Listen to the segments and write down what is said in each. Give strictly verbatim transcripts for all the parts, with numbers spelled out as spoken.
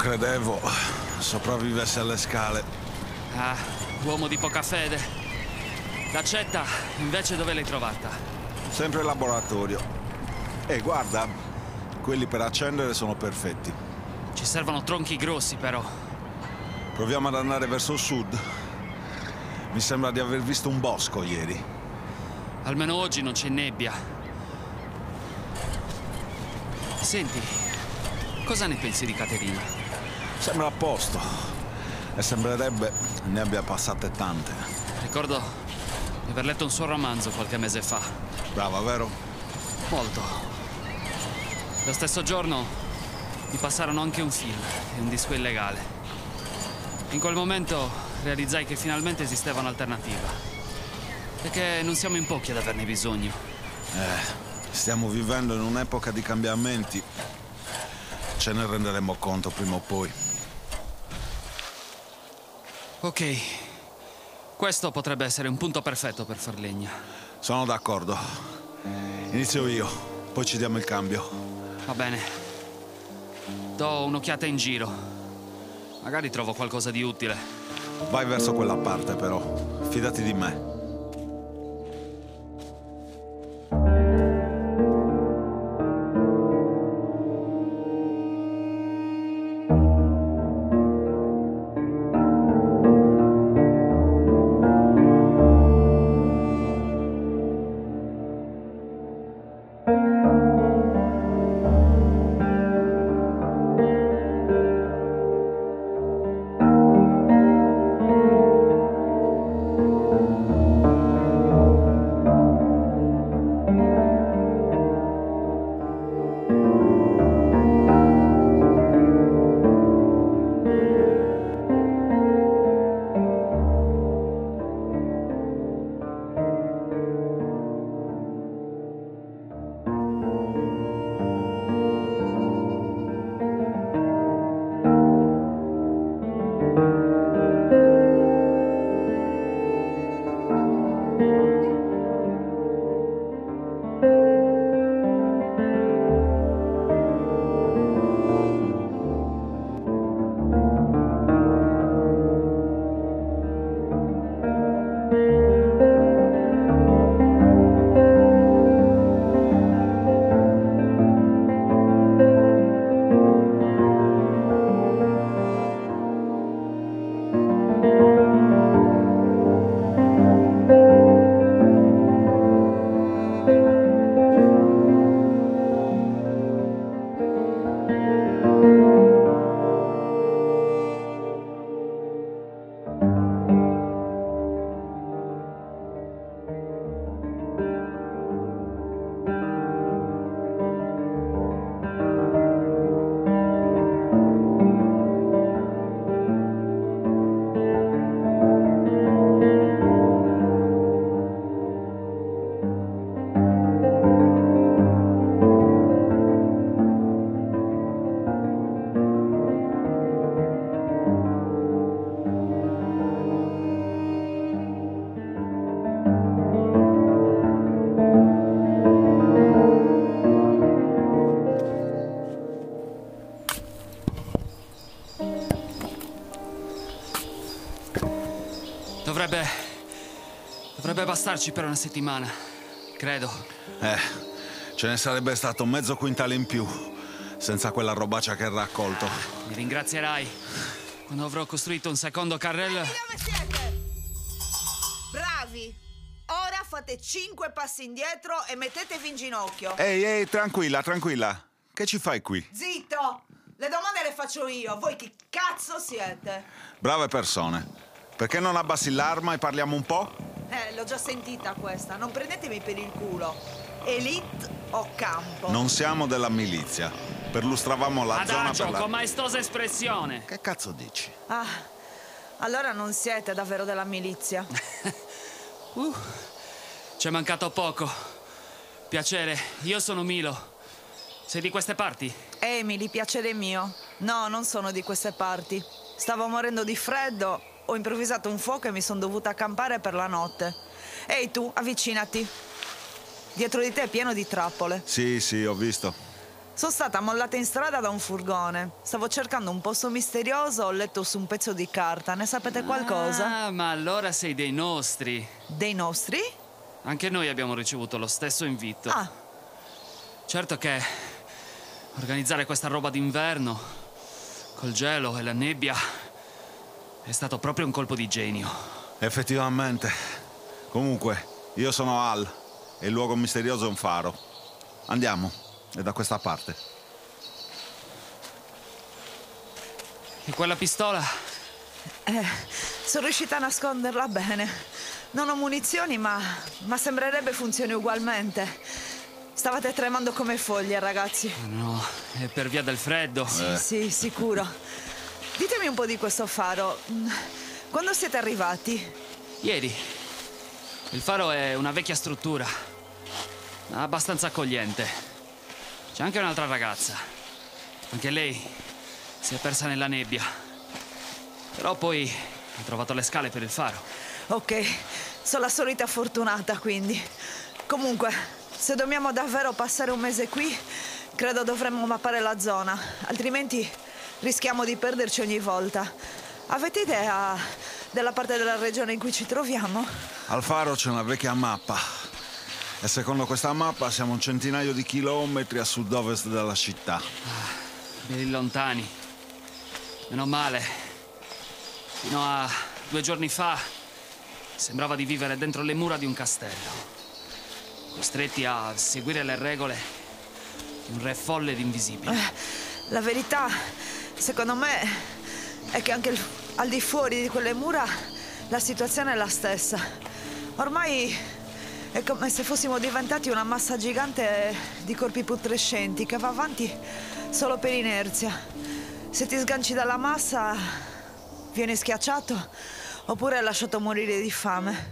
credevo sopravvivesse alle scale. Ah, uomo di poca fede. L'accetta, invece dove l'hai trovata? Sempre in laboratorio. E guarda, quelli per accendere sono perfetti. Ci servono tronchi grossi, però. Proviamo ad andare verso sud. Mi sembra di aver visto un bosco ieri. Almeno oggi non c'è nebbia. Senti, cosa ne pensi di Caterina? Sembra a posto. E sembrerebbe ne abbia passate tante. Ricordo di aver letto un suo romanzo qualche mese fa. Brava, vero? Molto. Lo stesso giorno mi passarono anche un film e un disco illegale. In quel momento realizzai che finalmente esisteva un'alternativa. E che non siamo in pochi ad averne bisogno. Eh, stiamo vivendo in un'epoca di cambiamenti. Ce ne renderemo conto prima o poi. Ok. Questo potrebbe essere un punto perfetto per far legna. Sono d'accordo. Inizio io, poi ci diamo il cambio. Va bene. Do un'occhiata in giro. Magari trovo qualcosa di utile. Vai verso quella parte, però. Fidati di me. Dovrebbe... Dovrebbe bastarci per una settimana, credo. Eh, ce ne sarebbe stato mezzo quintale in più, senza quella robaccia che hai raccolto. Mi ringrazierai quando avrò costruito un secondo carrello. Ehi, dove siete? Bravi! Ora fate cinque passi indietro e mettetevi in ginocchio. Ehi, ehi, tranquilla, tranquilla. Che ci fai qui? Zitto! Le domande le faccio io. Voi chi cazzo siete? Brave persone. Perché non abbassi l'arma e parliamo un po'? Eh, l'ho già sentita questa. Non prendetemi per il culo. Elite o campo? Non siamo della milizia. Perlustravamo la zona Adagio, per la... con maestosa espressione. Che cazzo dici? Ah, allora non siete davvero della milizia. uh, C'è mancato poco. Piacere, io sono Milo. Sei di queste parti? Emily, piacere mio. No, non sono di queste parti. Stavo morendo di freddo, ho improvvisato un fuoco e mi sono dovuta accampare per la notte. Ehi tu, avvicinati. Dietro di te è pieno di trappole. Sì, sì, ho visto. Sono stata mollata in strada da un furgone. Stavo cercando un posto misterioso, ho letto su un pezzo di carta. Ne sapete qualcosa? Ah, ma allora sei dei nostri. Dei nostri? Anche noi abbiamo ricevuto lo stesso invito. Ah, Certo che organizzare questa roba d'inverno, col gelo e la nebbia, è stato proprio un colpo di genio. Effettivamente. Comunque, io sono Al e il luogo misterioso è un faro. Andiamo. È da questa parte. E quella pistola? eh, sono riuscita a nasconderla bene. Non ho munizioni, ma, ma sembrerebbe funzioni ugualmente. Stavate tremando come foglie, ragazzi. Oh no, è per via del freddo. Sì, sì, sicuro. Ditemi un po' di questo faro. Quando siete arrivati? Ieri. Il faro è una vecchia struttura, abbastanza accogliente. C'è anche un'altra ragazza. Anche lei si è persa nella nebbia. Però poi ha trovato le scale per il faro. Ok, sono la solita fortunata, quindi. Comunque, se dobbiamo davvero passare un mese qui, credo dovremmo mappare la zona. Altrimenti rischiamo di perderci ogni volta. Avete idea della parte della regione in cui ci troviamo? Al faro c'è una vecchia mappa. E secondo questa mappa siamo un centinaio di chilometri a sud-ovest della città. Belli lontani. Meno male. Fino a due giorni fa sembrava di vivere dentro le mura di un castello, costretti a seguire le regole di un re folle ed invisibile. Eh, la verità, secondo me, è che anche il- al di fuori di quelle mura la situazione è la stessa. Ormai è come se fossimo diventati una massa gigante di corpi putrescenti che va avanti solo per inerzia. Se ti sganci dalla massa, vieni schiacciato oppure lasciato morire di fame.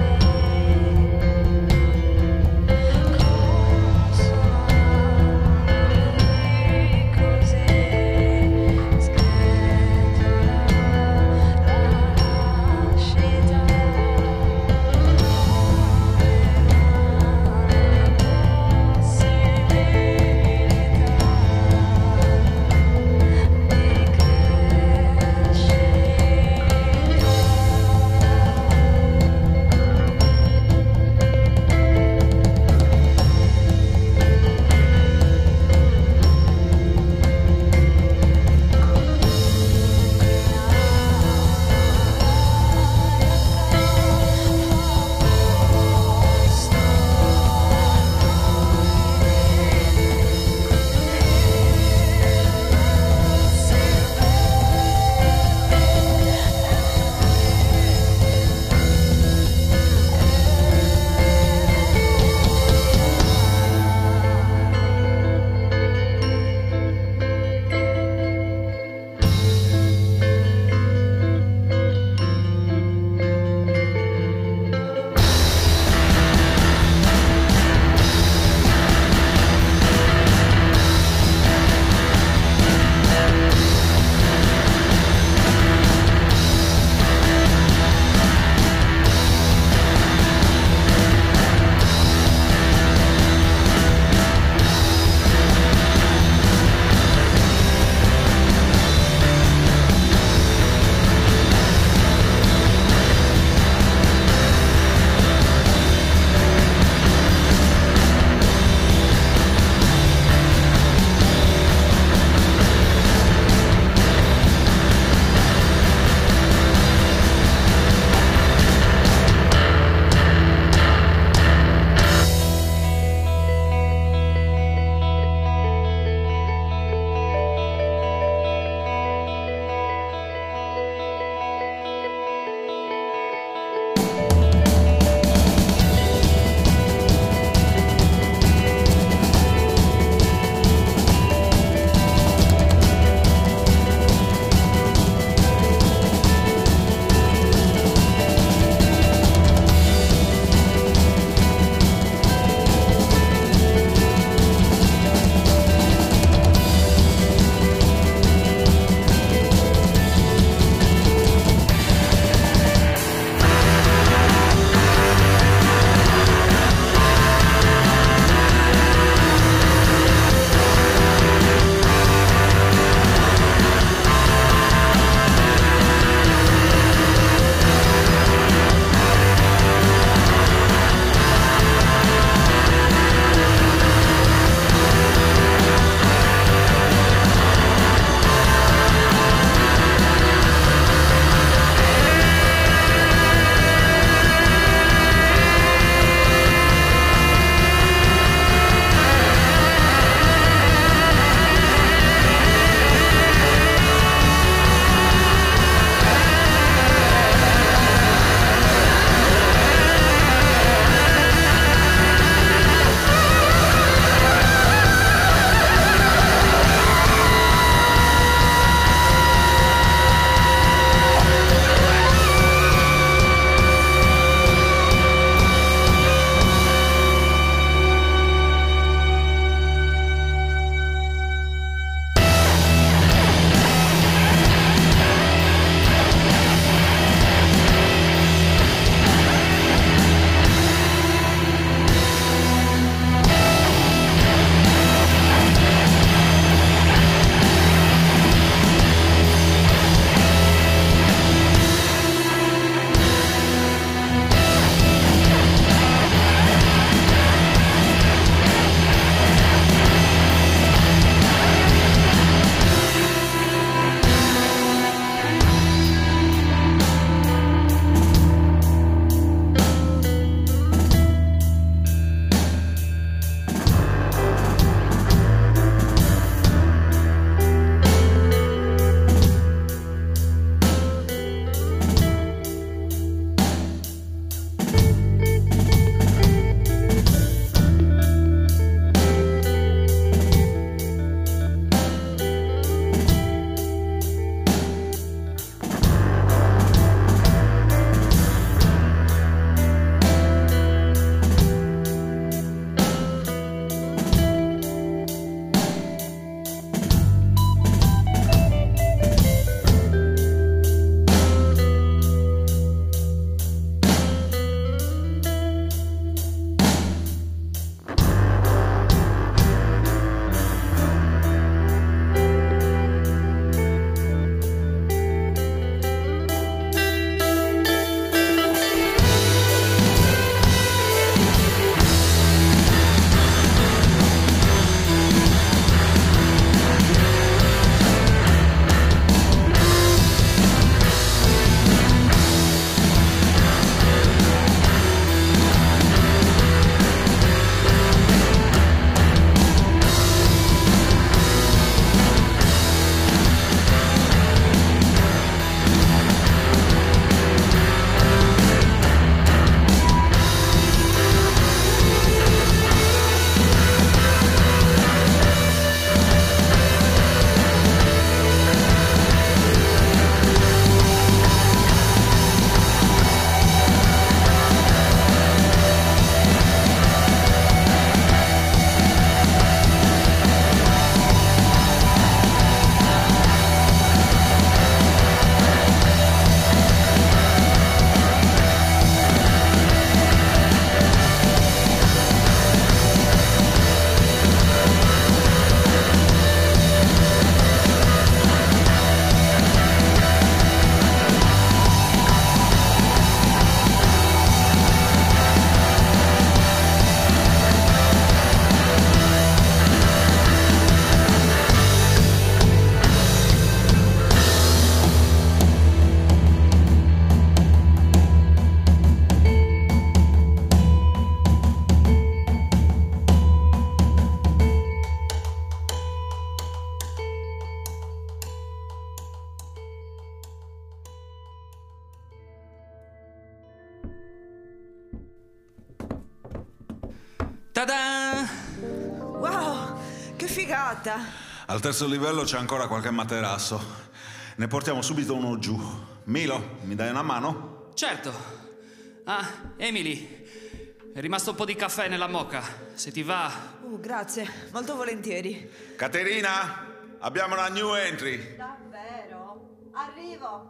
Close Ta-da! Wow, che figata! Al terzo livello c'è ancora qualche materasso. Ne portiamo subito uno giù. Milo, mi dai una mano? Certo. Ah, Emily, è rimasto un po' di caffè nella moka. Se ti va... Uh, grazie, molto volentieri. Caterina, abbiamo una new entry. Davvero? Arrivo.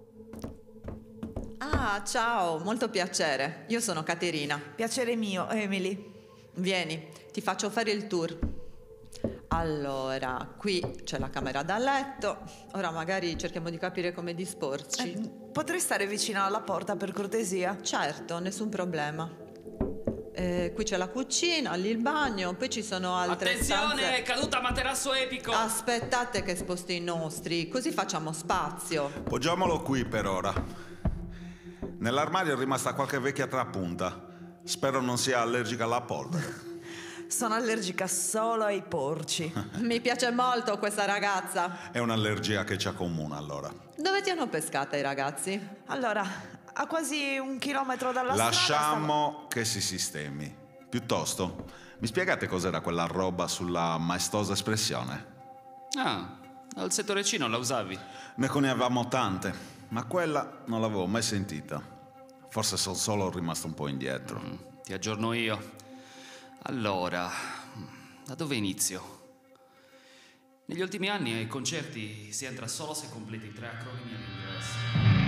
Ah, ciao, molto piacere. Io sono Caterina. Piacere mio, Emily. Vieni, ti faccio fare il tour. Allora, qui c'è la camera da letto. Ora magari cerchiamo di capire come disporci. Eh, potrei stare vicino alla porta, per cortesia? Certo, nessun problema. Eh, qui c'è la cucina, lì il bagno, poi ci sono altre Attenzione, stanze. è caduta materasso epico! Aspettate che sposto i nostri, così facciamo spazio. Poggiamolo qui per ora. Nell'armadio è rimasta qualche vecchia trapunta. Spero non sia allergica alla polvere. Sono allergica solo ai porci. Mi piace molto questa ragazza. È un'allergia che ci accomuna, allora. Dove ti hanno pescata i ragazzi? Allora, a quasi un chilometro dalla strada... Lasciamo stavo... che si sistemi. Piuttosto, mi spiegate cos'era quella roba sulla maestosa espressione? Ah, al settorecino la usavi? Ne conoscevamo tante, ma quella non l'avevo mai sentita. Forse sono solo rimasto un po' indietro. Mm, ti aggiorno io. Allora, da dove inizio? Negli ultimi anni ai concerti si entra solo se completi tre acronimi all'ingresso.